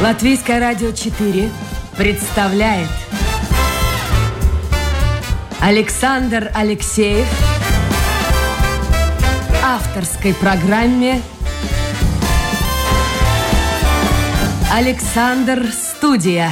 Латвийское радио 4 представляет Александр Алексеев в авторской программе «Александр Студия».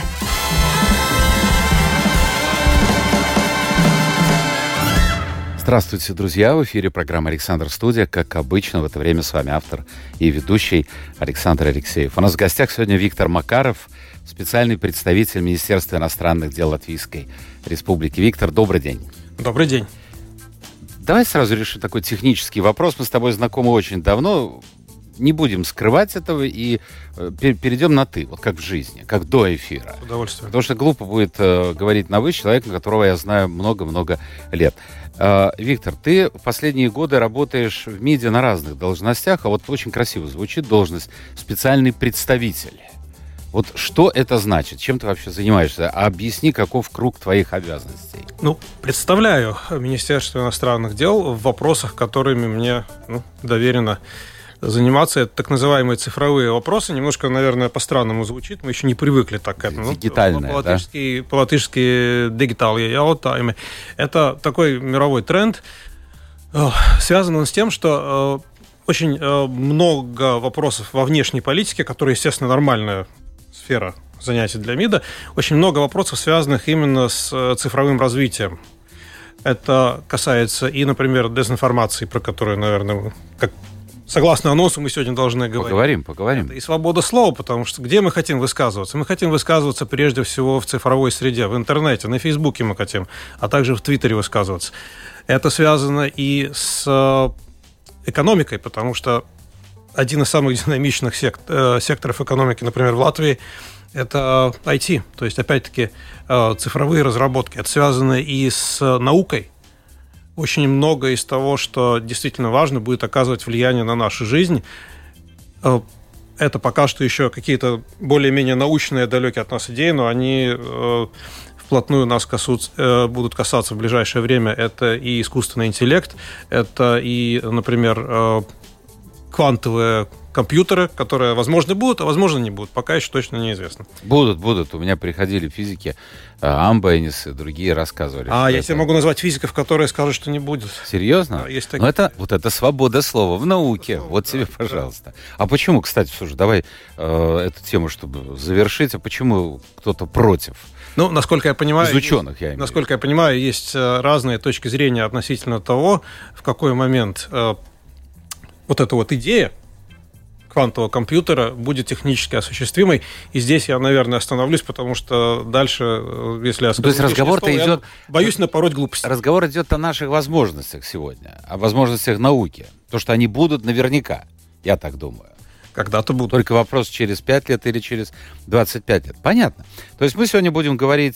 Здравствуйте, друзья! В эфире программа «Александр Студия». Как обычно, в это время с вами автор и ведущий Александр Алексеев. У нас в гостях сегодня Виктор Макаров, специальный представитель Министерства иностранных дел Латвийской Республики. Виктор, добрый день. Добрый день. Давай сразу решим такой технический вопрос. Мы с тобой знакомы очень давно. Не будем скрывать этого и перейдем на «ты», вот как в жизни, как до эфира. С удовольствием. Потому что глупо будет говорить на «вы» с человеком, которого я знаю много-много лет. Виктор, ты в последние годы работаешь в МИДе на разных должностях, а вот очень красиво звучит должность «специальный представитель». Вот что это значит? Чем ты вообще занимаешься? Объясни, каков круг твоих обязанностей. Представляю Министерство иностранных дел в вопросах, которыми мне доверено заниматься. Это так называемые цифровые вопросы. Немножко, наверное, по-странному звучит. Мы еще не привыкли так к этому. Дигитальное, по-латышски «дигитальные jautājumi». Это такой мировой тренд. Связан он с тем, что очень много вопросов во внешней политике, которые, естественно, нормальная сфера занятий для МИДа. Очень много вопросов, связанных именно с цифровым развитием. Это касается и, например, дезинформации, про которую, наверное, согласно анонсу, мы сегодня должны говорить. Поговорим. Это и свобода слова, потому что где мы хотим высказываться? Мы хотим высказываться прежде всего в цифровой среде, в интернете, на Фейсбуке мы хотим, а также в Твиттере высказываться. Это связано и с экономикой, потому что один из самых динамичных секторов экономики, например, в Латвии, это IT, то есть, опять-таки, цифровые разработки. Это связано и с наукой. Очень много из того, что действительно важно, будет оказывать влияние на нашу жизнь. Это пока что еще какие-то более-менее научные, далекие от нас идеи, но они вплотную нас будут касаться в ближайшее время. Это и искусственный интеллект, это и, например, квантовые компьютеры, которые, возможно, будут, а возможно, не будут. Пока еще точно неизвестно. Будут. У меня приходили физики, Амбайнис и другие рассказывали. Я тебе могу назвать физиков, которые скажут, что не будет. Серьезно? Да, есть такие. Но это свобода слова в науке. Вот тебе, пожалуйста. А почему, кстати, слушай, давай эту тему, чтобы завершить, а почему кто-то против? Насколько я понимаю, из ученых, я имею в виду. Насколько я понимаю, есть разные точки зрения относительно того, в какой момент вот эта вот идея квантового компьютера будет технически осуществимой. И здесь я, наверное, остановлюсь, потому что дальше, если я скажу... То есть разговор-то идет... Боюсь напороть глупости. Разговор идет о наших возможностях сегодня, о возможностях науки. То, что они будут наверняка, я так думаю. Когда-то будут. Только вопрос, через 5 лет или через 25 лет. Понятно. То есть мы сегодня будем говорить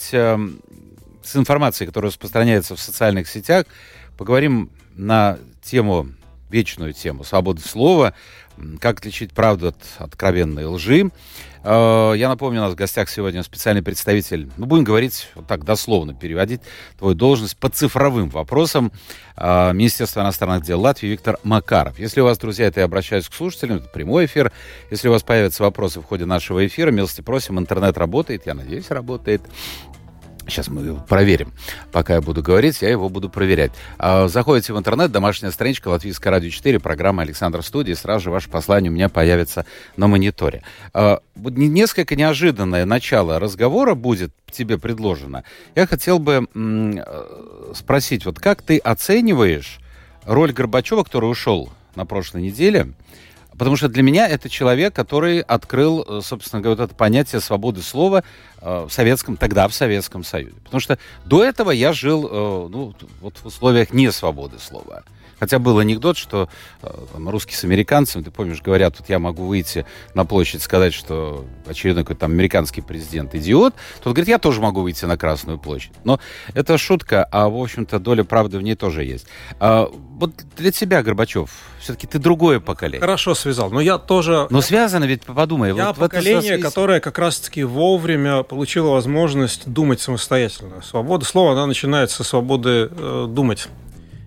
с информацией, которая распространяется в социальных сетях. Поговорим на вечную тему свободы слова, как отличить правду от откровенной лжи. Я напомню, у нас в гостях сегодня специальный представитель, будем говорить вот так дословно, переводить твою должность по цифровым вопросам Министерства иностранных дел Латвии Виктор Макаров. Если у вас, друзья, это я обращаюсь к слушателям, это прямой эфир. Если у вас появятся вопросы в ходе нашего эфира, милости просим, интернет работает, я надеюсь, работает. Сейчас мы его проверим. Пока я буду говорить, я его буду проверять. Заходите в интернет, домашняя страничка Латвийское радио 4, программа «Александр Студия», и сразу же ваше послание у меня появится на мониторе. Несколько неожиданное начало разговора будет тебе предложено. Я хотел бы спросить, вот как ты оцениваешь роль Горбачева, который ушел на прошлой неделе? Потому что для меня это человек, который открыл, собственно говоря, вот это понятие свободы слова в Советском Союзе. Потому что до этого я жил в условиях несвободы слова. Хотя был анекдот, что русские с американцем, ты помнишь, говорят, вот я могу выйти на площадь и сказать, что очередной какой-то там американский президент идиот. Тот говорит, я тоже могу выйти на Красную площадь. Но это шутка, а, в общем-то, доля правды в ней тоже есть. Вот для тебя, Горбачев, все-таки ты другое поколение. Хорошо связал, но я тоже... Но связано ведь, подумай. Я поколение, которое как раз-таки вовремя получило возможность думать самостоятельно. Свобода слова, она начинается со свободы думать.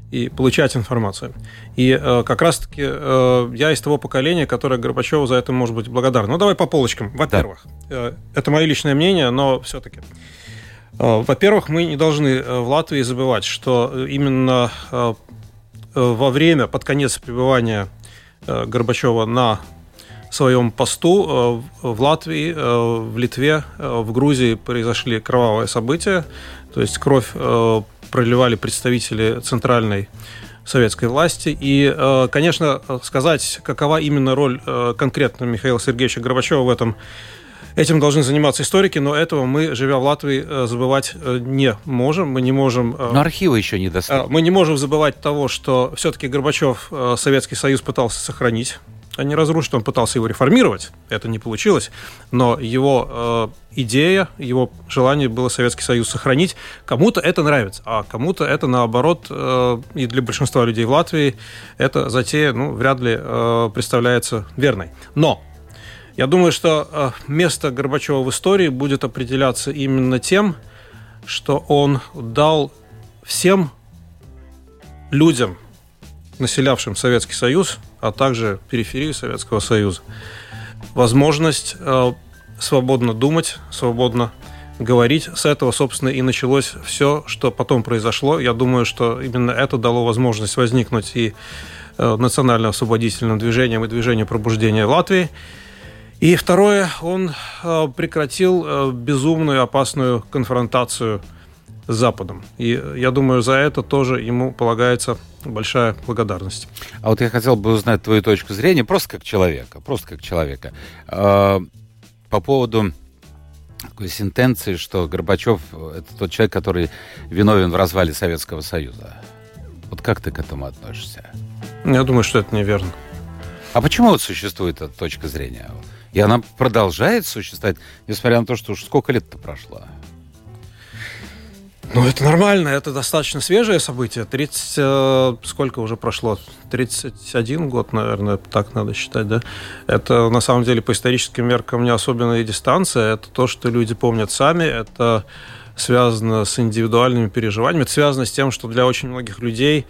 и получать информацию. И как раз-таки я из того поколения, которое Горбачеву за это может быть благодарно. Ну, давай по полочкам. Во-первых, это мое личное мнение, но все-таки. Во-первых, мы не должны в Латвии забывать, что именно во время, под конец пребывания Горбачева на своем посту в Латвии, в Литве, в Грузии произошли кровавые события, то есть кровь проливали представители центральной советской власти. И, конечно, сказать, какова именно роль конкретно Михаила Сергеевича Горбачева в этом, этим должны заниматься историки, но этого мы, живя в Латвии, забывать не можем. Мы не можем... Но архивы еще не достали. Мы не можем забывать того, что все-таки Горбачев Советский Союз пытался сохранить, а не разрушить. Он пытался его реформировать. Это не получилось. Но его идея, его желание было Советский Союз сохранить. Кому-то это нравится, а кому-то это, наоборот, и для большинства людей в Латвии эта затея, вряд ли представляется верной. Но я думаю, что место Горбачева в истории будет определяться именно тем, что он дал всем людям, населявшим Советский Союз, а также периферию Советского Союза, возможность свободно думать, свободно говорить. С этого, собственно, и началось все, что потом произошло. Я думаю, что именно это дало возможность возникнуть и национально-освободительным движением, и движению пробуждения в Латвии. И второе, он прекратил безумную, опасную конфронтацию с Западом. И я думаю, за это тоже ему полагается большая благодарность. А вот я хотел бы узнать твою точку зрения просто как человека. По поводу такой сентенции, что Горбачев – это тот человек, который виновен в развале Советского Союза. Вот как ты к этому относишься? Я думаю, что это неверно. А почему вот существует эта точка зрения? И она продолжает существовать, несмотря на то, что уж сколько лет-то прошло? Это нормально, это достаточно свежее событие. Сколько уже прошло? 31 год, наверное, так надо считать, да? Это, на самом деле, по историческим меркам не особенная дистанция. Это то, что люди помнят сами. Это связано с индивидуальными переживаниями. Это связано с тем, что для очень многих людей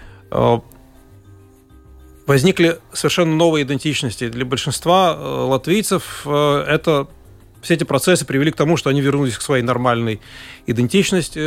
возникли совершенно новые идентичности. Для большинства латвийцев все эти процессы привели к тому, что они вернулись к своей нормальной идентичности,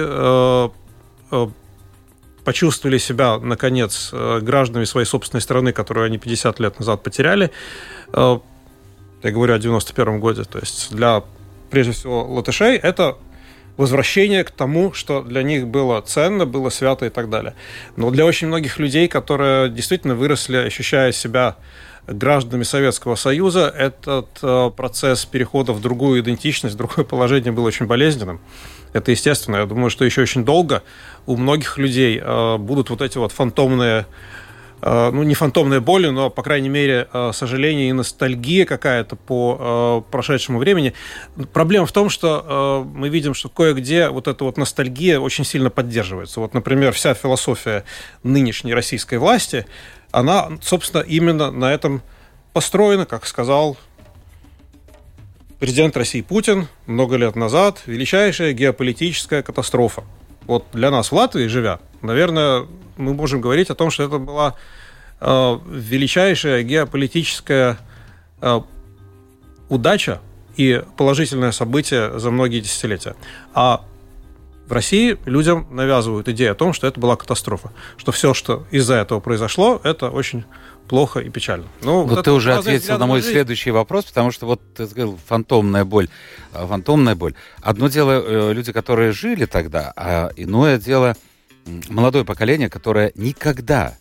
почувствовали себя, наконец, гражданами своей собственной страны, которую они 50 лет назад потеряли. Я говорю о 91 годе. То есть для, прежде всего, латышей это возвращение к тому, что для них было ценно, было свято и так далее. Но для очень многих людей, которые действительно выросли, ощущая себя гражданами Советского Союза, этот процесс перехода в другую идентичность, в другое положение был очень болезненным. Это естественно. Я думаю, что еще очень долго у многих людей будут вот эти вот фантомные, не фантомные боли, но, по крайней мере, сожаление и ностальгия какая-то по прошедшему времени. Проблема в том, что мы видим, что кое-где вот эта вот ностальгия очень сильно поддерживается. Вот, например, вся философия нынешней российской власти, она, собственно, именно на этом построена, как сказал президент России Путин много лет назад, величайшая геополитическая катастрофа. Вот для нас в Латвии, живя, наверное, мы можем говорить о том, что это была величайшая геополитическая удача и положительное событие за многие десятилетия. А в России людям навязывают идею о том, что это была катастрофа, что все, что из-за этого произошло, это очень плохо и печально. Вот ты уже ответил на мой следующий вопрос, потому что вот ты сказал фантомная боль. Одно дело люди, которые жили тогда, а иное дело молодое поколение, которое никогда...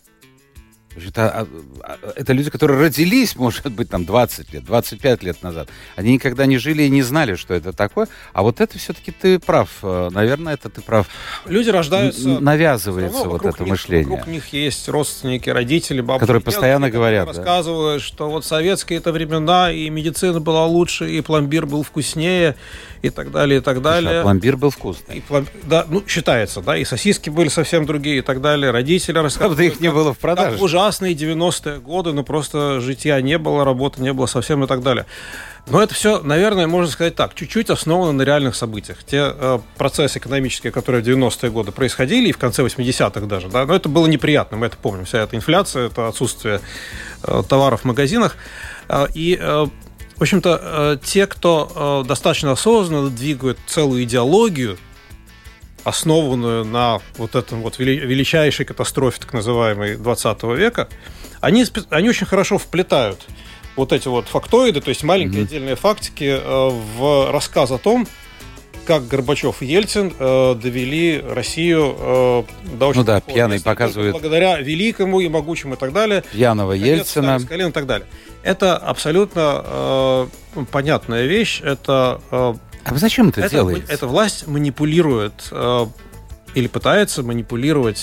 Это люди, которые родились, может быть, там 20 лет, 25 лет назад. Они никогда не жили и не знали, что это такое. А вот это все-таки ты прав. Наверное, это ты прав. Люди рождаются... Навязывается вот это мышление. Вокруг них есть родственники, родители, бабушки. Которые постоянно говорят. Рассказывают, что вот советские это времена, и медицина была лучше, и пломбир был вкуснее, и так далее, и так далее. А пломбир был вкусный. Да, считается, да, и сосиски были совсем другие, и так далее. Родители рассказывают. Правда, их не было в продаже. ужасные 90-е годы, но просто житья не было, работы не было совсем и так далее. Но это все, наверное, можно сказать так, чуть-чуть основано на реальных событиях. Те процессы экономические, которые в 90-е годы происходили, и в конце 80-х даже, да, но это было неприятно, мы это помним. Вся эта инфляция, это отсутствие товаров в магазинах. И, в общем-то, те, кто достаточно осознанно двигают целую идеологию, основанную на вот этом вот величайшей катастрофе, так называемой, 20 века, они очень хорошо вплетают вот эти вот фактоиды, то есть маленькие отдельные фактики в рассказ о том, как Горбачев и Ельцин довели Россию до очень... Ну да, пьяный показывает... Благодаря великому и могучему и так далее. Пьяного Ельцина. И так далее. Это абсолютно понятная вещь. Это... А вы зачем это делаете? Эта власть манипулирует или пытается манипулировать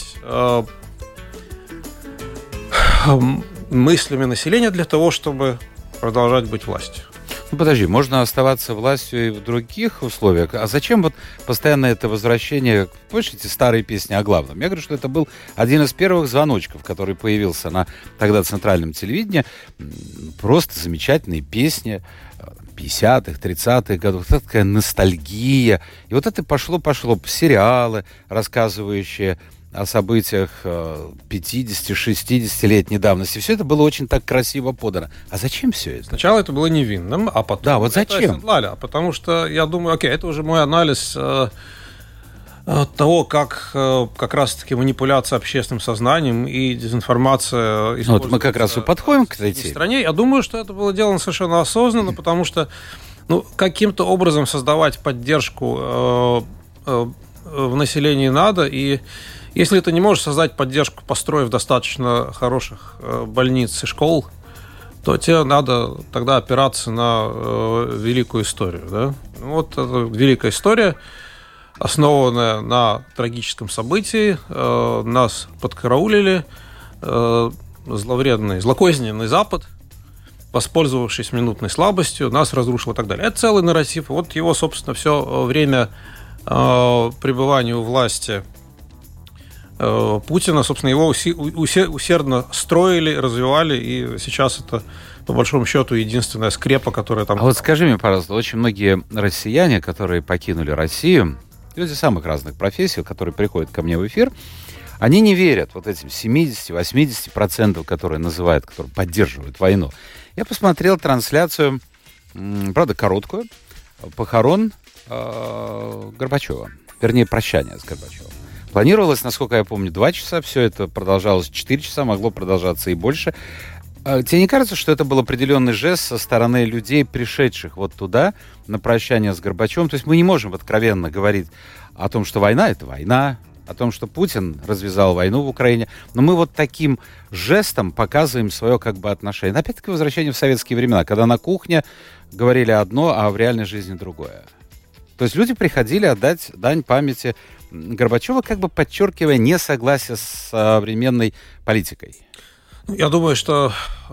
мыслями населения для того, чтобы продолжать быть властью. Ну, подожди, можно оставаться властью и в других условиях. А зачем вот постоянно это возвращение, помнишь, эти старые песни о главном? Я говорю, что это был один из первых звоночков, который появился на тогда центральном телевидении. Просто замечательные песни 50-х, 30-х годов. Вот такая ностальгия. И вот это пошло. Сериалы, рассказывающие о событиях 50-60-летней давности. Все это было очень так красиво подано. А зачем все это? Сначала это было невинным, а потом... Да, вот зачем? Потому что я думаю, это уже мой анализ того, как раз-таки манипуляция общественным сознанием и дезинформация... Вот мы как раз и подходим к этой теме. В стране. Я думаю, что это было сделано совершенно осознанно, потому что каким-то образом создавать поддержку в населении надо, и если ты не можешь создать поддержку, построив достаточно хороших больниц и школ, то тебе надо тогда опираться на великую историю. Да? Вот эта великая история, основанная на трагическом событии. Нас подкараулили злокозненный Запад, воспользовавшись минутной слабостью, нас разрушил и так далее. Это целый нарратив. Вот его, собственно, все время пребывания у власти Путина, собственно, его усердно строили, развивали, и сейчас это, по большому счету, единственная скрепа, которая там... А вот скажи мне, пожалуйста, очень многие россияне, которые покинули Россию, люди самых разных профессий, которые приходят ко мне в эфир, они не верят вот этим 70-80%, которые называют, которые поддерживают войну. Я посмотрел трансляцию, правда, короткую, похорон Горбачева, вернее, прощания с Горбачевым. Планировалось, насколько я помню, 2 часа, все это продолжалось 4 часа, могло продолжаться и больше. Тебе не кажется, что это был определенный жест со стороны людей, пришедших вот туда на прощание с Горбачевым? То есть мы не можем откровенно говорить о том, что война — это война, о том, что Путин развязал войну в Украине, но мы вот таким жестом показываем свое как бы отношение. Но опять-таки возвращение в советские времена, когда на кухне говорили одно, а в реальной жизни другое. То есть люди приходили отдать дань памяти Горбачева, как бы подчеркивая несогласие с современной политикой. Я думаю, что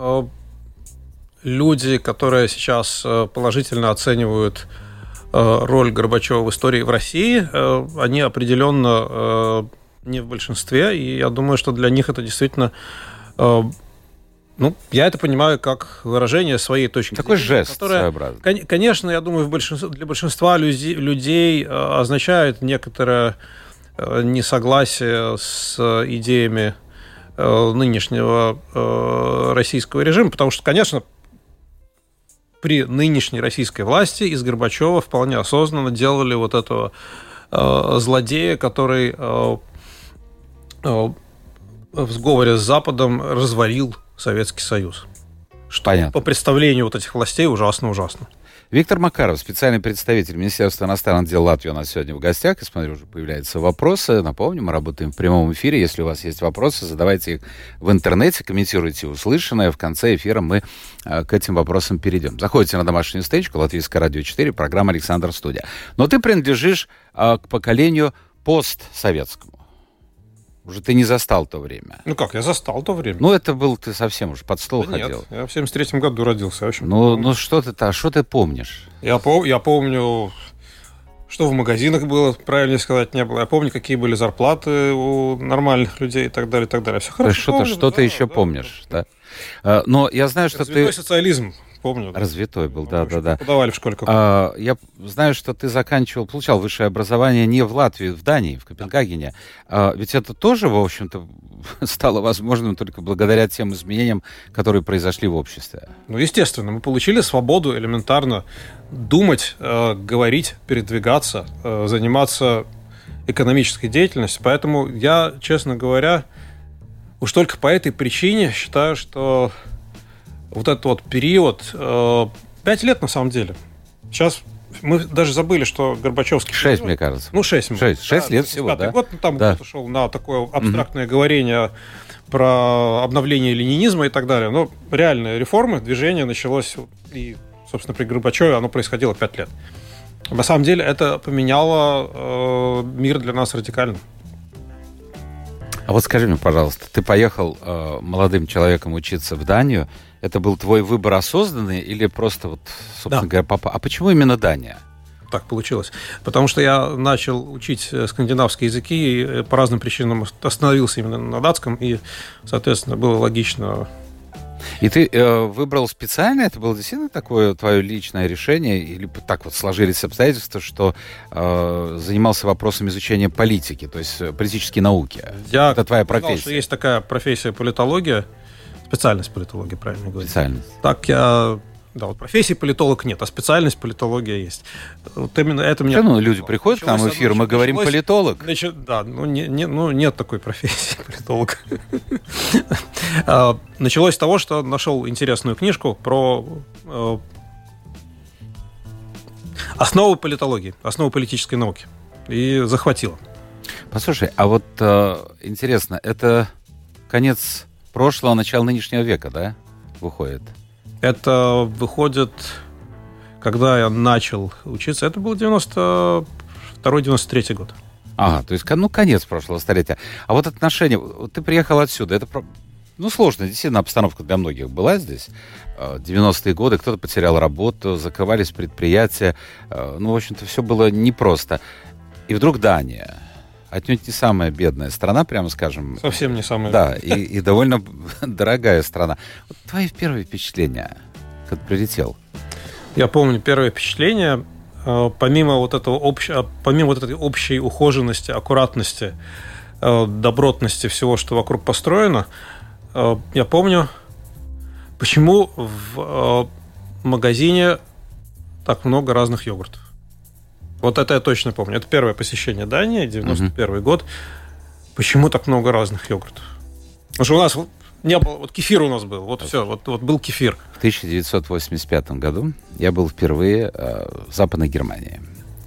люди, которые сейчас положительно оценивают роль Горбачева в истории в России, они определенно не в большинстве, и я думаю, что для них это действительно... я это понимаю как выражение своей точки зрения. Такой жест своеобразный. Конечно, я думаю, для большинства людей означает некоторое несогласие с идеями нынешнего российского режима, потому что, конечно, при нынешней российской власти из Горбачева вполне осознанно делали вот этого злодея, который в сговоре с Западом развалил Советский Союз. Что Понятно. По представлению вот этих властей ужасно-ужасно. Виктор Макаров, специальный представитель Министерства иностранных дел Латвии, у нас сегодня в гостях. Я смотрю, уже появляются вопросы. Напомню, мы работаем в прямом эфире. Если у вас есть вопросы, задавайте их в интернете, комментируйте услышанное. В конце эфира мы к этим вопросам перейдем. Заходите на домашнюю встречку Латвийское радио 4, программа «Александр Студия». Но ты принадлежишь к поколению постсоветскому. Уже ты не застал то время. Я застал то время. Это был, ты совсем уж под стол ходил. Нет, я в 73-м году родился. Что ты помнишь? Я помню, что в магазинах было, правильнее сказать, не было. Я помню, какие были зарплаты у нормальных людей и так далее, и так далее. Все хорошо. Что-то еще помнишь, да? Но я знаю, что развитой социализм, помню. Развитой был, да. Подавали в школе. Я знаю, что ты получал высшее образование не в Латвии, в Дании, в Копенгагене. Ведь это тоже, в общем-то, стало возможным только благодаря тем изменениям, которые произошли в обществе. Ну, естественно, мы получили свободу элементарно думать, говорить, передвигаться, заниматься экономической деятельностью. Поэтому я, честно говоря, уж только по этой причине считаю, что вот этот вот период, 5 лет на самом деле. Сейчас мы даже забыли, что Горбачевский... 6, мне кажется. 6 лет всего, да. Год, там кто-то шел на такое абстрактное говорение про обновление ленинизма и так далее. Но реальные реформы, движение началось, и, собственно, при Горбачеве оно происходило 5 лет. На самом деле это поменяло мир для нас радикально. А вот скажи мне, пожалуйста, ты поехал молодым человеком учиться в Данию. Это был твой выбор осознанный или просто, вот, собственно говоря, папа? А почему именно Дания? Так получилось. Потому что я начал учить скандинавские языки и по разным причинам остановился именно на датском, и, соответственно, было логично. И ты выбрал специально? Это было действительно такое твое личное решение? Или так вот сложились обстоятельства, что занимался вопросом изучения политики, то есть политические науки? Это твоя профессия? Я знал, что есть такая профессия политология, специальность политология, правильно говорить. Специальность. Так я... Да, вот профессии политолог нет, а специальность политология есть. Вот именно это меня... люди приходят к нам в эфир, мы говорим политолог. Да, нет такой профессии политолога. Началось с того, что нашел интересную книжку про основы политологии, основы политической науки. И захватило. Послушай, а вот интересно, это конец прошлого, начало нынешнего века, да, выходит? Это выходит, когда я начал учиться, это был 92-93 год. Ага, то есть, конец прошлого столетия. А вот отношения, ты приехал отсюда, это, сложная действительно обстановка для многих была здесь. 90-е годы, кто-то потерял работу, закрывались предприятия, в общем-то, все было непросто. И вдруг Дания. Отнюдь не самая бедная страна, прямо скажем. Совсем не самая. Да, и довольно дорогая страна. Вот твои первые впечатления, когда прилетел? Я помню первое впечатление. Помимо вот этой общей ухоженности, аккуратности, добротности всего, что вокруг построено, я помню, почему в магазине так много разных йогуртов. Вот это я точно помню. Это первое посещение Дании, 91 год. Почему так много разных йогуртов? Потому что у нас не было... Вот кефир у нас был. Вот все. Вот был кефир. В 1985 году я был впервые в Западной Германии.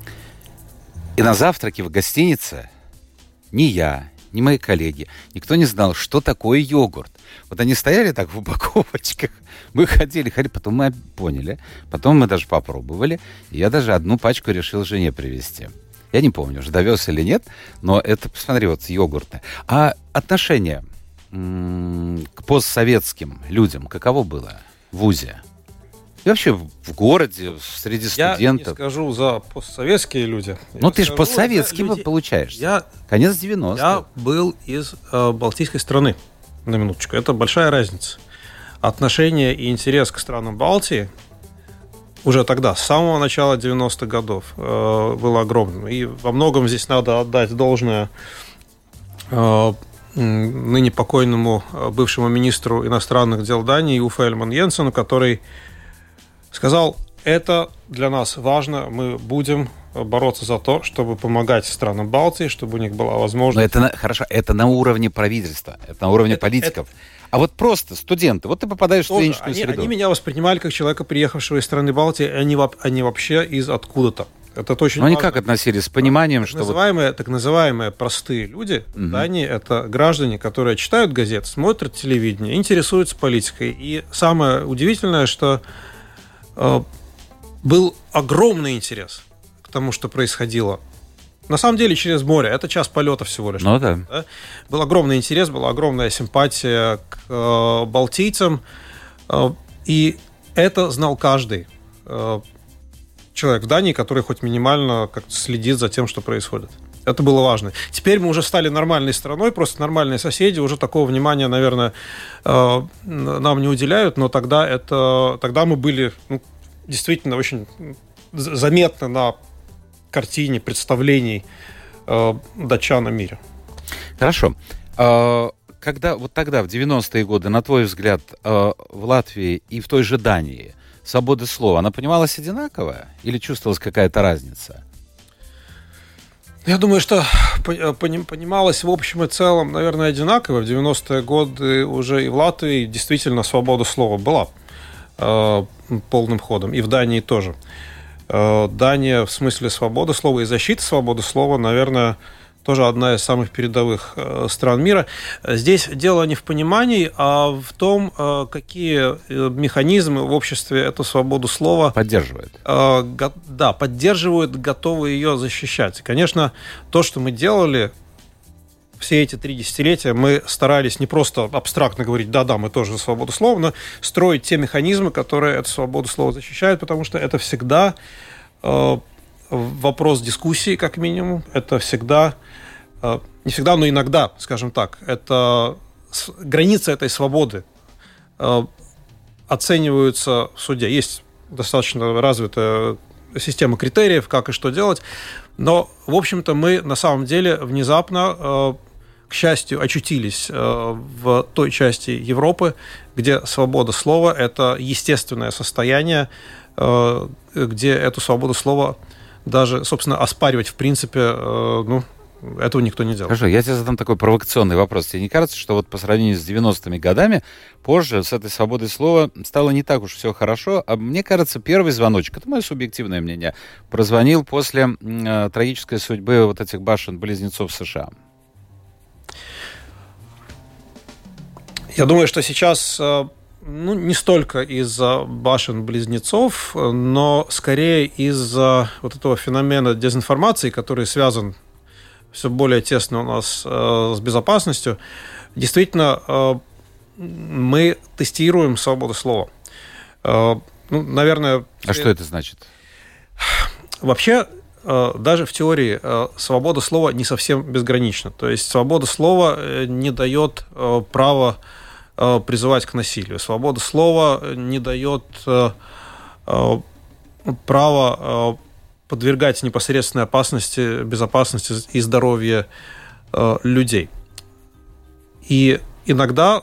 И на завтраке в гостинице ни я, ни мои коллеги, никто не знал, что такое йогурт. Вот они стояли так в упаковочках. Мы ходили, потом мы поняли. Потом мы даже попробовали. И я даже одну пачку решил жене привезти. Я не помню, уже довез или нет, но это, посмотри, вот йогурты. А отношение к постсоветским людям каково было в вузе? И вообще в городе, среди студентов. Я не скажу за постсоветские люди. Ты же постсоветский получаешь. Конец 90-х. Я был из балтийской страны, на минуточку. Это большая разница. Отношение и интерес к странам Балтии уже тогда, с самого начала 90-х годов, было огромным. И во многом здесь надо отдать должное ныне покойному бывшему министру иностранных дел Дании Уффе Эльман-Йенсену, который сказал: это для нас важно, мы будем бороться за то, чтобы помогать странам Балтии, чтобы у них была возможность... Но хорошо, это на уровне правительства, это на уровне политиков. А вот просто студенты, вот ты попадаешь в студенческую среду. Они меня воспринимали как человека, приехавшего из страны Балтии, они вообще из откуда-то. Это очень важно. Они как относились? С пониманием, что... Так называемые простые люди в Дании — это граждане, которые читают газеты, смотрят телевидение, интересуются политикой. И самое удивительное, что был огромный интерес к тому, что происходило. На самом деле через море. Это час полета всего лишь. Да. Был огромный интерес, была огромная симпатия к балтийцам. И это знал каждый человек в Дании, который хоть минимально как-то следит за тем, что происходит. Это было важно. Теперь мы уже стали нормальной страной, просто нормальные соседи, уже такого внимания, наверное, нам не уделяют, но тогда мы были действительно очень заметны на картине представлений датчан о мире. Хорошо. Когда вот тогда, в 90-е годы, на твой взгляд, в Латвии и в той же Дании свобода слова, она понималась одинаково или чувствовалась какая-то разница? Я думаю, что понималось в общем и целом, наверное, одинаково. В 90-е годы уже и в Латвии действительно свобода слова была полным ходом, и в Дании тоже. Дания в смысле свободы слова и защиты свободы слова, наверное, тоже одна из самых передовых стран мира. Здесь дело не в понимании, а в том, какие механизмы в обществе эту свободу слова поддерживают. Да, поддерживают, готовы ее защищать. И, конечно, то, что мы делали все эти 3 десятилетия, мы старались не просто абстрактно говорить, да-да, мы тоже за свободу слова, но строить те механизмы, которые эту свободу слова защищают, потому что это всегда вопрос дискуссии, как минимум. Это всегда, не всегда, но иногда, скажем так, это границы этой свободы оцениваются в суде. Есть достаточно развитая система критериев, как и что делать. Но, в общем-то, мы на самом деле внезапно, к счастью, очутились в той части Европы, где свобода слова – это естественное состояние, где эту свободу слова даже, собственно, оспаривать в принципе, этого никто не делал. Хорошо, я тебе задам такой провокационный вопрос. Тебе не кажется, что вот по сравнению с 90-ми годами, позже с этой свободой слова стало не так уж все хорошо? А мне кажется, первый звоночек, это мое субъективное мнение, прозвонил после трагической судьбы вот этих башен-близнецов США. Я думаю, что сейчас не столько из-за башен-близнецов, но скорее из-за вот этого феномена дезинформации, который связан все более тесно у нас с безопасностью. Действительно, мы тестируем свободу слова. Наверное... А что это значит? Вообще, даже в теории свобода слова не совсем безгранична. То есть свобода слова не дает права призывать к насилию. Свобода слова не дает права подвергать непосредственной опасности, безопасности и здоровью людей. И иногда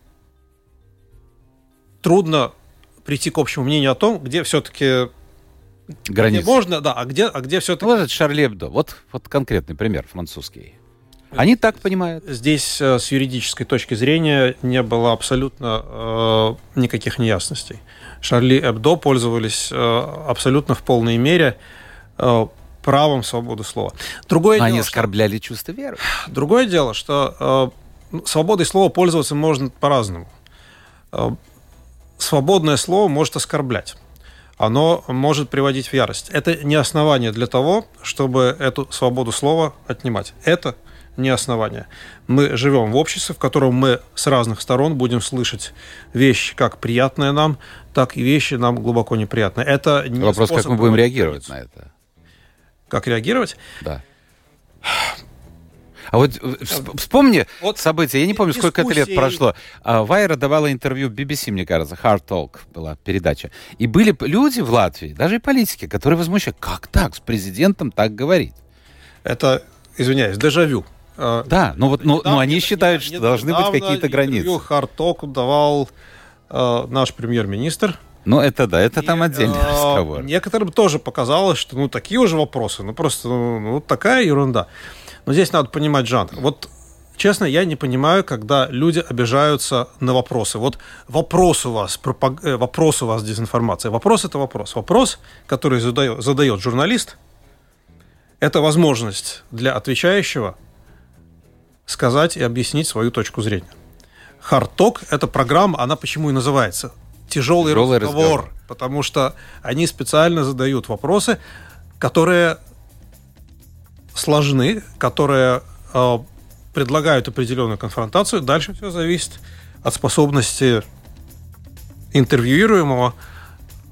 трудно прийти к общему мнению о том, где все-таки границы. Где можно, да, а где все-таки... Вот это Шарли Эбдо. Вот конкретный пример французский. Они так понимают. Здесь с юридической точки зрения не было абсолютно никаких неясностей. Шарли Эбдо пользовались абсолютно в полной мере правом свободы слова. Но они оскорбляли чувство веры. Другое дело, что свободой слова пользоваться можно по-разному. Свободное слово может оскорблять. Оно может приводить в ярость. Это не основание для того, чтобы эту свободу слова отнимать. Это не основание. Мы живем в обществе, в котором мы с разных сторон будем слышать вещи, как приятные нам, так и вещи нам глубоко неприятные. Это не вопрос, как мы будем реагировать на это. Как реагировать? Да. А вот вспомни события, я не помню, сколько это лет прошло. Вайра давала интервью BBC, мне кажется, Hard Talk была передача. И были люди в Латвии, даже и политики, которые возмущались, как так, с президентом так говорить? Это, извиняюсь, дежавю. Да, но они считают, что должны быть какие-то границы. Интервью Hard Talk давал наш премьер-министр. Ну, это да, это там отдельный разговор. Некоторым тоже показалось, что такие уже вопросы, просто такая ерунда. Но здесь надо понимать жанр. Вот, честно, я не понимаю, когда люди обижаются на вопросы. Вот вопрос у вас дезинформация. Вопрос – это вопрос. Вопрос, который задает журналист, это возможность для отвечающего сказать и объяснить свою точку зрения. Hard Talk – это программа, она почему и называется «Тяжелый разговор», потому что они специально задают вопросы, которые сложны, которые предлагают определенную конфронтацию. Дальше все зависит от способности интервьюируемого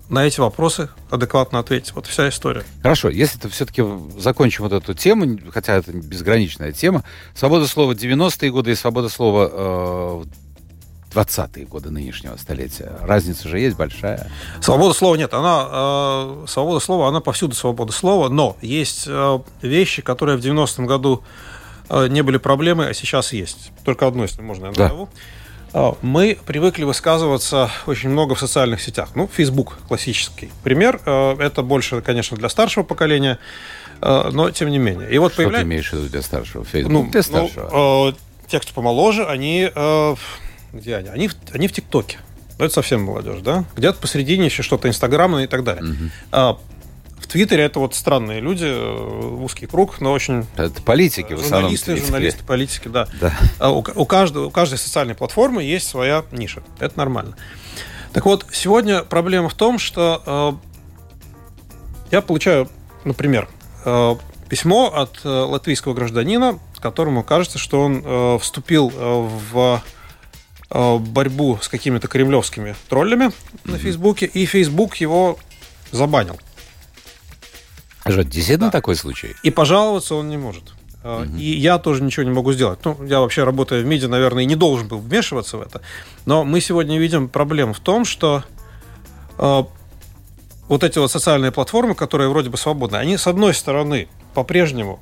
на эти вопросы адекватно ответить. Вот вся история. Хорошо, если ты все-таки закончим вот эту тему, хотя это безграничная тема, свобода слова 90-е годы и свобода слова 20-е годы нынешнего столетия. Разница же есть большая. Свобода слова нет. Свобода слова, она повсюду свобода слова, но есть вещи, которые в 90-м году не были проблемой, а сейчас есть. Только одно, если можно, я назову. Мы привыкли высказываться очень много в социальных сетях. Facebook классический пример. Это больше, конечно, для старшего поколения, но тем не менее. И вот что ты имеешь в виду для старшего? Facebook для старшего. Те, кто помоложе, они... Где они? Они в ТикТоке. Это совсем молодежь, да? Где-то посередине еще что-то инстаграмное и так далее. В Твиттере это вот странные люди, узкий круг, но очень... Это политики в основном. Журналисты, политики, да. У каждой социальной платформы есть своя ниша. Это нормально. Так вот, сегодня проблема в том, что я получаю, например, письмо от латвийского гражданина, которому кажется, что он вступил в борьбу с какими-то кремлевскими троллями на Фейсбуке, и Фейсбук его забанил. Действительно такой случай? И пожаловаться он не может. И я тоже ничего не могу сделать. Я вообще, работая в МИДе, наверное, и не должен был вмешиваться в это. Но мы сегодня видим проблему в том, что вот эти вот социальные платформы, которые вроде бы свободны, они, с одной стороны, по-прежнему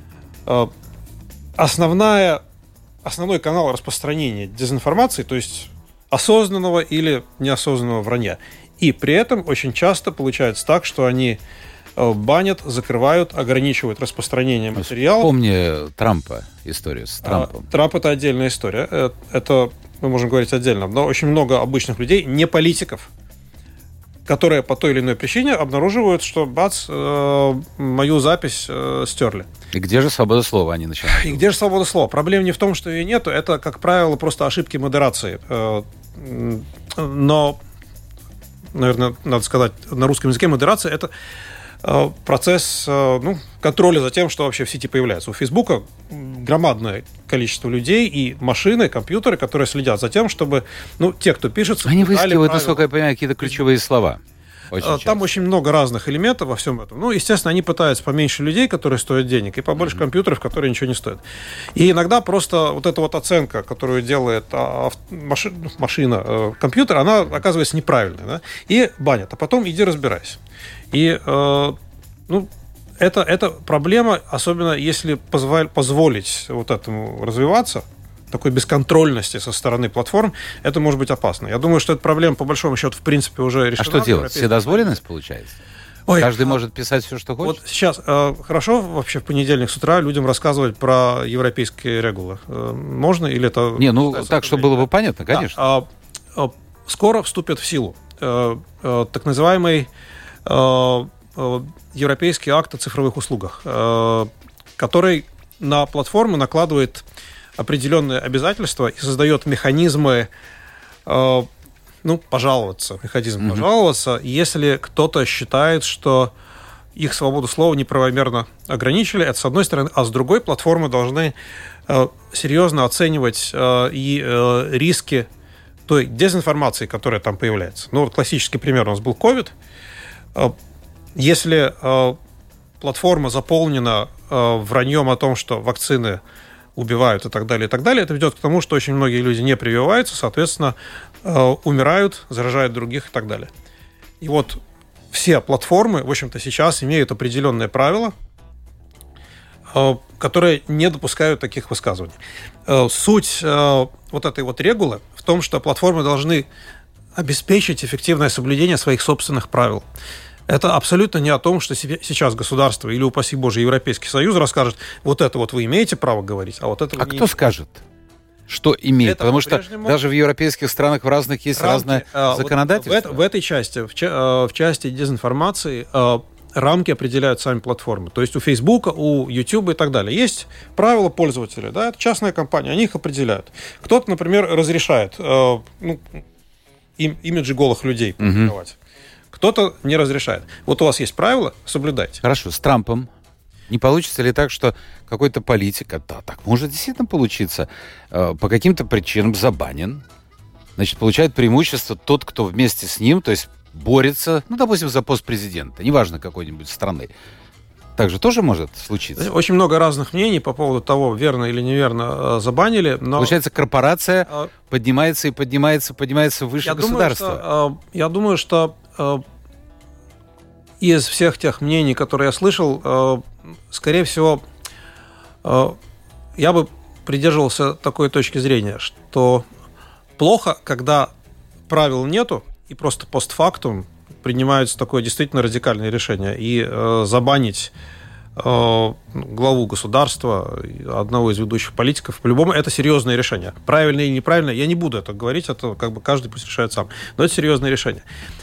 основной канал распространения дезинформации, то есть осознанного или неосознанного вранья. И при этом очень часто получается так, что они банят, закрывают, ограничивают распространение материалов. Помни Трампа, историю с Трампом. Трамп – это отдельная история. Это мы можем говорить отдельно. Но очень много обычных людей, не политиков, которые по той или иной причине обнаруживают, что мою запись стерли. И где же свобода слова они начинают? И где же свобода слова? Проблема не в том, что ее нету. Это, как правило, просто ошибки модерации. Но, наверное, надо сказать, на русском языке модерация – это процесс контроля за тем, что вообще в сети появляется. У Фейсбука громадное количество людей и машины, компьютеры, которые следят за тем, чтобы те, кто пишет... Они выискивают, насколько я понимаю, какие-то ключевые слова. Там очень много разных элементов во всем этом. Естественно, они пытаются поменьше людей, которые стоят денег, и побольше компьютеров, которые ничего не стоят. И иногда просто вот эта вот оценка, которую делает машина, компьютер, она оказывается неправильной. Да? И банят. А потом иди разбирайся. И это проблема, особенно если позволить вот этому развиваться, такой бесконтрольности со стороны платформ, это может быть опасно. Я думаю, что эта проблема, по большому счету, в принципе, уже решена. А что делать? Вседозволенность получается? Каждый может писать все, что хочет? Вот сейчас хорошо вообще в понедельник с утра людям рассказывать про европейские регулы. Можно или это... так, чтобы было бы понятно, конечно. Да, скоро вступит в силу так называемый Европейский акт о цифровых услугах, который на платформу накладывает определенные обязательства и создает механизмы пожаловаться, если кто-то считает, что их свободу слова неправомерно ограничили, это с одной стороны, а с другой платформы должны серьезно оценивать и риски той дезинформации, которая там появляется. Классический пример у нас был COVID. Если платформа заполнена враньем о том, что вакцины убивают и так далее, это ведет к тому, что очень многие люди не прививаются, соответственно, умирают, заражают других и так далее. И вот все платформы, в общем-то, сейчас имеют определенные правила, которые не допускают таких высказываний. Суть вот этой вот регулы в том, что платформы должны обеспечить эффективное соблюдение своих собственных правил. Это абсолютно не о том, что сейчас государство или, упаси Боже, Европейский Союз расскажет, вот это вот вы имеете право говорить, а вот это вы не имеете. Кто скажет, что имеет? Потому что даже в европейских странах в разных есть разное законодательство. В этой части, в части дезинформации, рамки определяют сами платформы. То есть у Фейсбука, у Ютуба и так далее. Есть правила пользователя, да, это частная компания, они их определяют. Кто-то, например, разрешает имиджи голых людей публиковать. Кто-то не разрешает. Вот у вас есть правила, соблюдайте. Хорошо, с Трампом не получится ли так, что какой-то политик, так может действительно получиться, по каким-то причинам забанен, значит, получает преимущество тот, кто вместе с ним, то есть борется, ну, допустим, за пост президента, неважно какой-нибудь страны. Также тоже может случиться. Очень много разных мнений по поводу того, верно или неверно забанили. Но... Получается, корпорация поднимается и поднимается выше государства. Я думаю, что из всех тех мнений, которые я слышал, скорее всего, я бы придерживался такой точки зрения, что плохо, когда правил нету, и просто постфактум принимаются такое действительно радикальное решение. И забанить главу государства, одного из ведущих политиков, по-любому, это серьезное решение. Правильно или неправильно, я не буду это говорить, это как бы каждый пусть решает сам. Но это серьезное решение.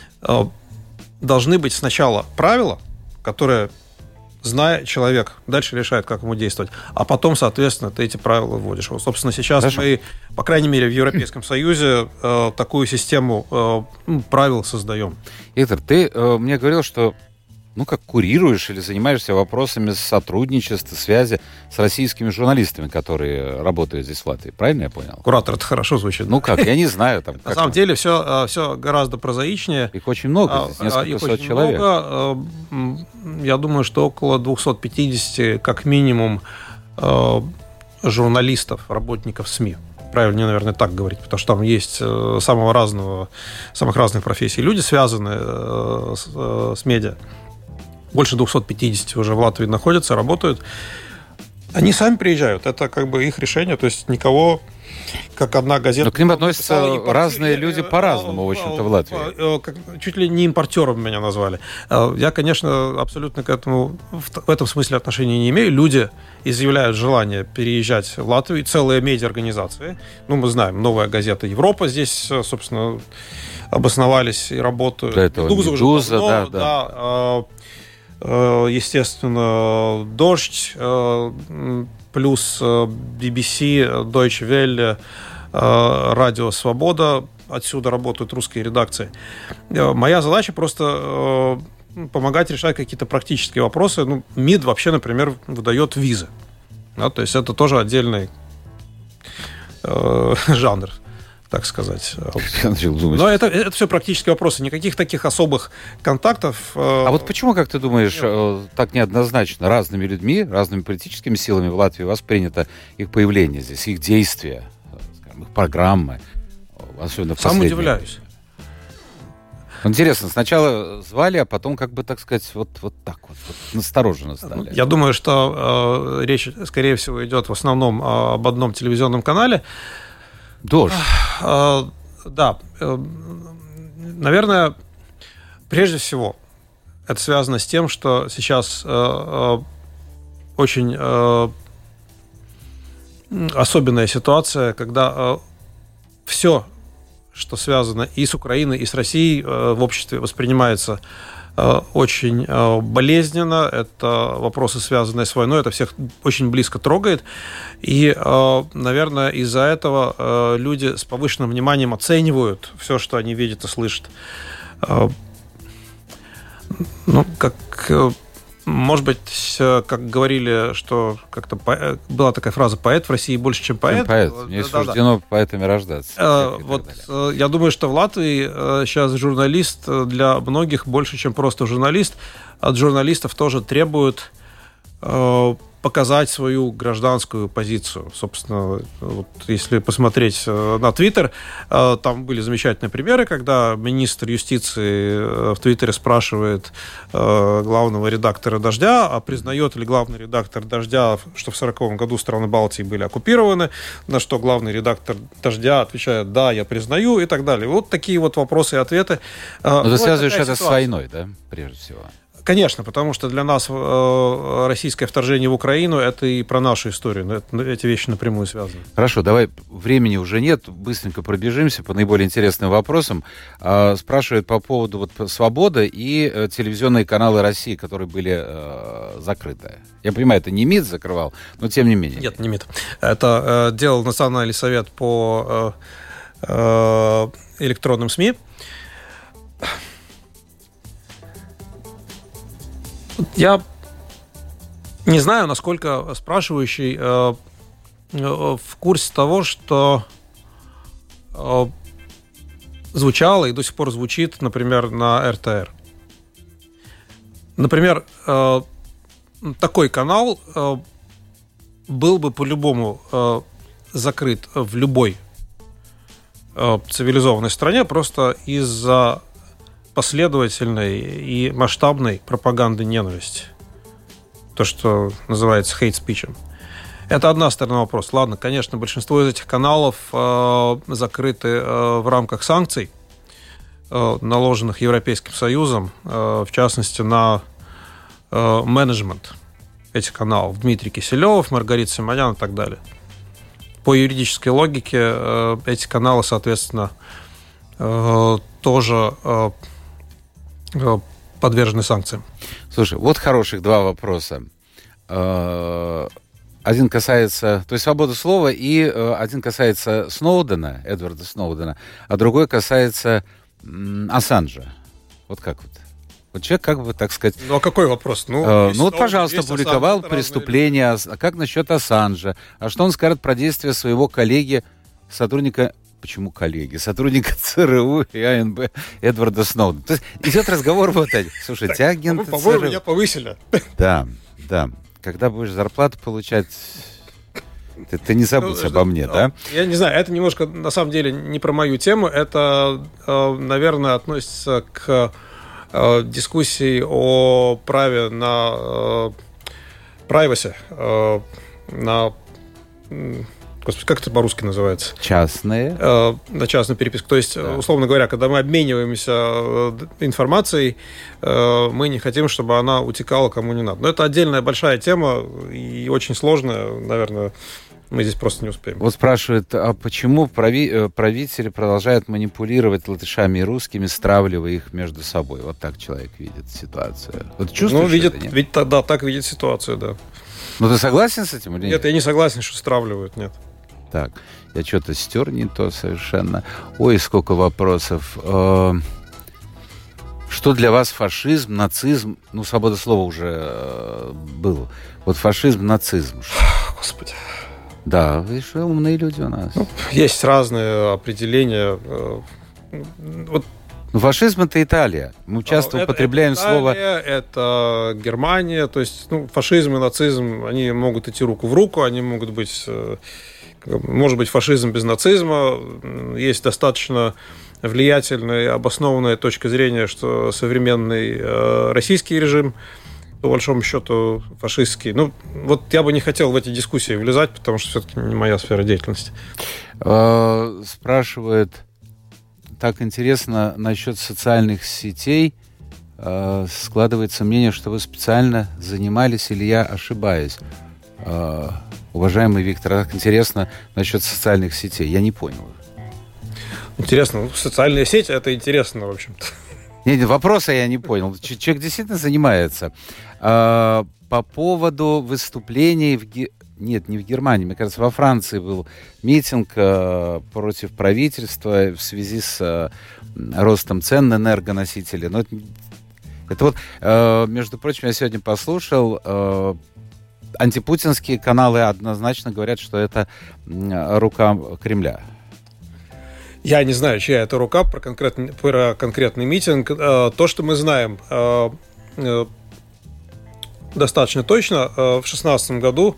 Должны быть сначала правила, которые, зная человек, дальше решает, как ему действовать, а потом, соответственно, ты эти правила вводишь. Вот, собственно, сейчас мы, по крайней мере, в Европейском Союзе такую систему правил создаем. Виктор, ты мне говорил, что как курируешь или занимаешься вопросами сотрудничества, связи с российскими журналистами, которые работают здесь в Латвии. Правильно я понял? Куратор, это хорошо звучит. Я не знаю. На самом деле все гораздо прозаичнее. Их очень много, здесь несколько сот человек. Много. Я думаю, что около 250, как минимум, журналистов, работников СМИ. Правильнее, наверное, так говорить, потому что там есть самых разных профессий люди, связанные с медиа. Больше 250 уже в Латвии находятся, работают. Они сами приезжают. Это как бы их решение. То есть никого, как одна газета... Но к ним относятся разные люди по-разному, в общем-то, в Латвии. Чуть ли не импортером меня назвали. Я, конечно, абсолютно к этому в этом смысле отношения не имею. Люди изъявляют желание переезжать в Латвию. Целые медиаорганизации. Мы знаем, «Новая газета Европа» здесь, собственно, обосновались и работают. Для этого «Медуза», да. Естественно, «Дождь», плюс BBC, Deutsche Welle, Радио Свобода. Отсюда работают русские редакции. Моя задача просто помогать решать какие-то практические вопросы. МИД вообще, например, выдает визы. То есть это тоже отдельный жанр, так сказать. Но это все практические вопросы. Никаких таких особых контактов. А вот почему, как ты думаешь, так неоднозначно разными людьми, разными политическими силами в Латвии воспринято их появление здесь, их действия, скажем, их программы, особенно в последнее? Сам удивляюсь. Интересно, сначала звали, а потом, так сказать, вот так вот настороженно стали. Я думаю, что речь, скорее всего, идет в основном об одном телевизионном канале. «Дождь». Да. Наверное, прежде всего, это связано с тем, что сейчас очень особенная ситуация, когда все, что связано и с Украиной, и с Россией, в обществе воспринимается очень болезненно. Это вопросы, связанные с войной. Это всех очень близко трогает. И, наверное, из-за этого люди с повышенным вниманием оценивают все, что они видят и слышат. Может быть, как говорили, что как-то была такая фраза: поэт в России больше, чем поэт. Не суждено поэтами рождаться. Я думаю, что в Латвии сейчас журналист для многих больше, чем просто журналист. От журналистов тоже требуют показать свою гражданскую позицию. Собственно, если посмотреть на Твиттер, там были замечательные примеры, когда министр юстиции в Твиттере спрашивает главного редактора «Дождя», а признает ли главный редактор «Дождя», что в 1940 году страны Балтии были оккупированы, на что главный редактор «Дождя» отвечает «да, я признаю» и так далее. Вот такие вот вопросы и ответы. Но ты связываешь это с войной, да, прежде всего? Конечно, потому что для нас российское вторжение в Украину – это и про нашу историю. Эти вещи напрямую связаны. Хорошо, давай, времени уже нет, быстренько пробежимся по наиболее интересным вопросам. Спрашивают по поводу «Свободы» и телевизионные каналы России, которые были закрыты. Я понимаю, это не МИД закрывал, но тем не менее. Нет, не МИД. Это делал Национальный совет по электронным СМИ. Я не знаю, насколько спрашивающий в курсе того, что звучало и до сих пор звучит, например, на РТР. Например, такой канал был бы по-любому закрыт в любой цивилизованной стране просто из-за последовательной и масштабной пропаганды ненависти. То, что называется hate-speech. Это одна сторона вопроса. Ладно, конечно, большинство из этих каналов закрыты в рамках санкций, наложенных Европейским Союзом, в частности, на менеджмент этих каналов. Дмитрий Киселев, Маргарита Симонян и так далее. По юридической логике эти каналы, соответственно, тоже подвержены санкциям. Слушай, вот хороших два вопроса. Один касается, то есть свободы слова, и один касается Сноудена, Эдварда Сноудена, а другой касается Ассанжа. Вот как вот? Вот человек, как бы, так сказать... Ну, а какой вопрос? Ну вот, пожалуйста, публиковал преступление. А как насчет Ассанжа? А что он скажет про действия своего коллеги, сотрудника... Почему коллеги? Сотрудника ЦРУ и АНБ Эдварда Сноудена. То есть идет разговор вот этим. Слушайте, агенты ЦРУ... По-моему, меня повысили. Да. Когда будешь зарплату получать... Ты не забудь обо мне, да? Я не знаю, это немножко, на самом деле, не про мою тему. Это, наверное, относится к дискуссии о праве на privacy, на... Господи, как это по-русски называется? Частные. На частную переписку. То есть, условно говоря, когда мы обмениваемся информацией, мы не хотим, чтобы она утекала кому не надо. Но это отдельная большая тема и очень сложная, наверное, мы здесь просто не успеем. Вот спрашивают, а почему правители продолжают манипулировать латышами и русскими, стравливая их между собой? Вот так человек видит ситуацию. Вот чувствуешь видит, это, нет? Ведь да, так видит ситуацию, да. Ну, ты согласен с этим или нет? Нет, я не согласен, что стравливают, нет. Так, я что-то стер не то совершенно. Ой, сколько вопросов. Что для вас фашизм, нацизм? Ну, свобода слова уже было. Вот фашизм, нацизм. Господи. Да, видишь, умные люди у нас. Есть разные определения. Вот. Ну, фашизм — это Италия. Мы часто употребляем это Италия, слово... Это Германия. То есть, фашизм и нацизм, они могут идти руку в руку, они могут быть... Может быть, фашизм без нацизма. Есть достаточно влиятельная и обоснованная точка зрения, что современный российский режим, по большому счету, фашистский. Ну, вот я бы не хотел в эти дискуссии влезать, потому что все-таки не моя сфера деятельности. Спрашивает, так интересно, насчет социальных сетей. Складывается мнение, что вы специально занимались, или я ошибаюсь? Уважаемый Виктор, так интересно насчет социальных сетей. Я не понял. Интересно. Социальные сети — это интересно, в общем-то. Нет, вопроса я не понял. Человек действительно занимается. По поводу выступлений Нет, не в Германии. Мне кажется, во Франции был митинг против правительства в связи с ростом цен на энергоносители. Но это вот, между прочим, я сегодня послушал... Антипутинские каналы однозначно говорят, что это рука Кремля. Я не знаю, чья это рука, про конкретный митинг. То, что мы знаем достаточно точно, в 2016 году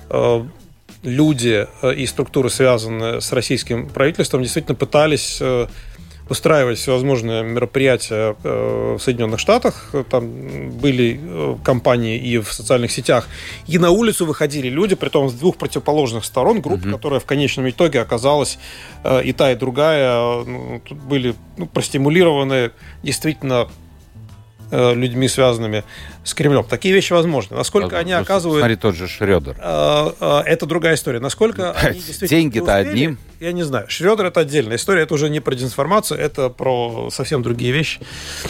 люди и структуры, связанные с российским правительством, действительно пытались устраивать всевозможные мероприятия в Соединенных Штатах. Там были кампании и в социальных сетях. И на улицу выходили люди, притом с двух противоположных сторон, группа, которая в конечном итоге оказалась и та, и другая, были простимулированы действительно людьми, связанными с Кремлем. Такие вещи возможны. Насколько они оказывают... Смотри, тот же Шрёдер. Это другая история. Насколько они действительно деньги-то одни. Я не знаю. Шрёдер — это отдельная история. Это уже не про дезинформацию, это про совсем другие вещи.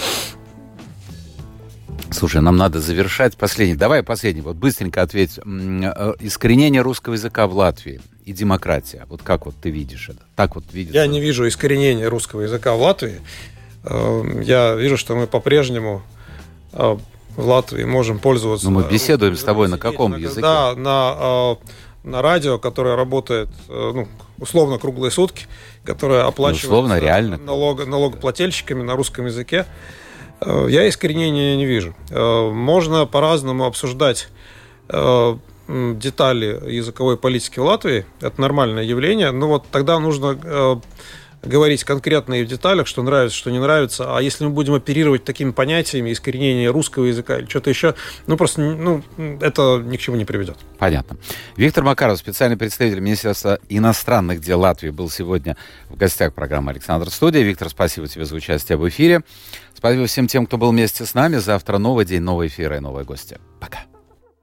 Слушай, нам надо завершать последний. Давай последний. Вот быстренько ответь. Искоренение русского языка в Латвии и демократия. Вот как вот ты видишь это? Так вот видишь? Я не вижу искоренения русского языка в Латвии. Я вижу, что мы по-прежнему в Латвии можем пользоваться... Но мы беседуем с тобой на каком языке? Да, на на радио, которое работает, условно, круглые сутки, которое оплачивается налогоплательщиками на русском языке, я искоренения не вижу. Можно по-разному обсуждать детали языковой политики в Латвии. Это нормальное явление. Но вот тогда нужно говорить конкретно и в деталях, что нравится, что не нравится. А если мы будем оперировать такими понятиями, искоренения русского языка или что-то еще, это ни к чему не приведет. Понятно. Виктор Макаров, специальный представитель Министерства иностранных дел Латвии, был сегодня в гостях программы «Александр Студия». Виктор, спасибо тебе за участие в эфире. Спасибо всем тем, кто был вместе с нами. Завтра новый день, новые эфиры и новые гости. Пока.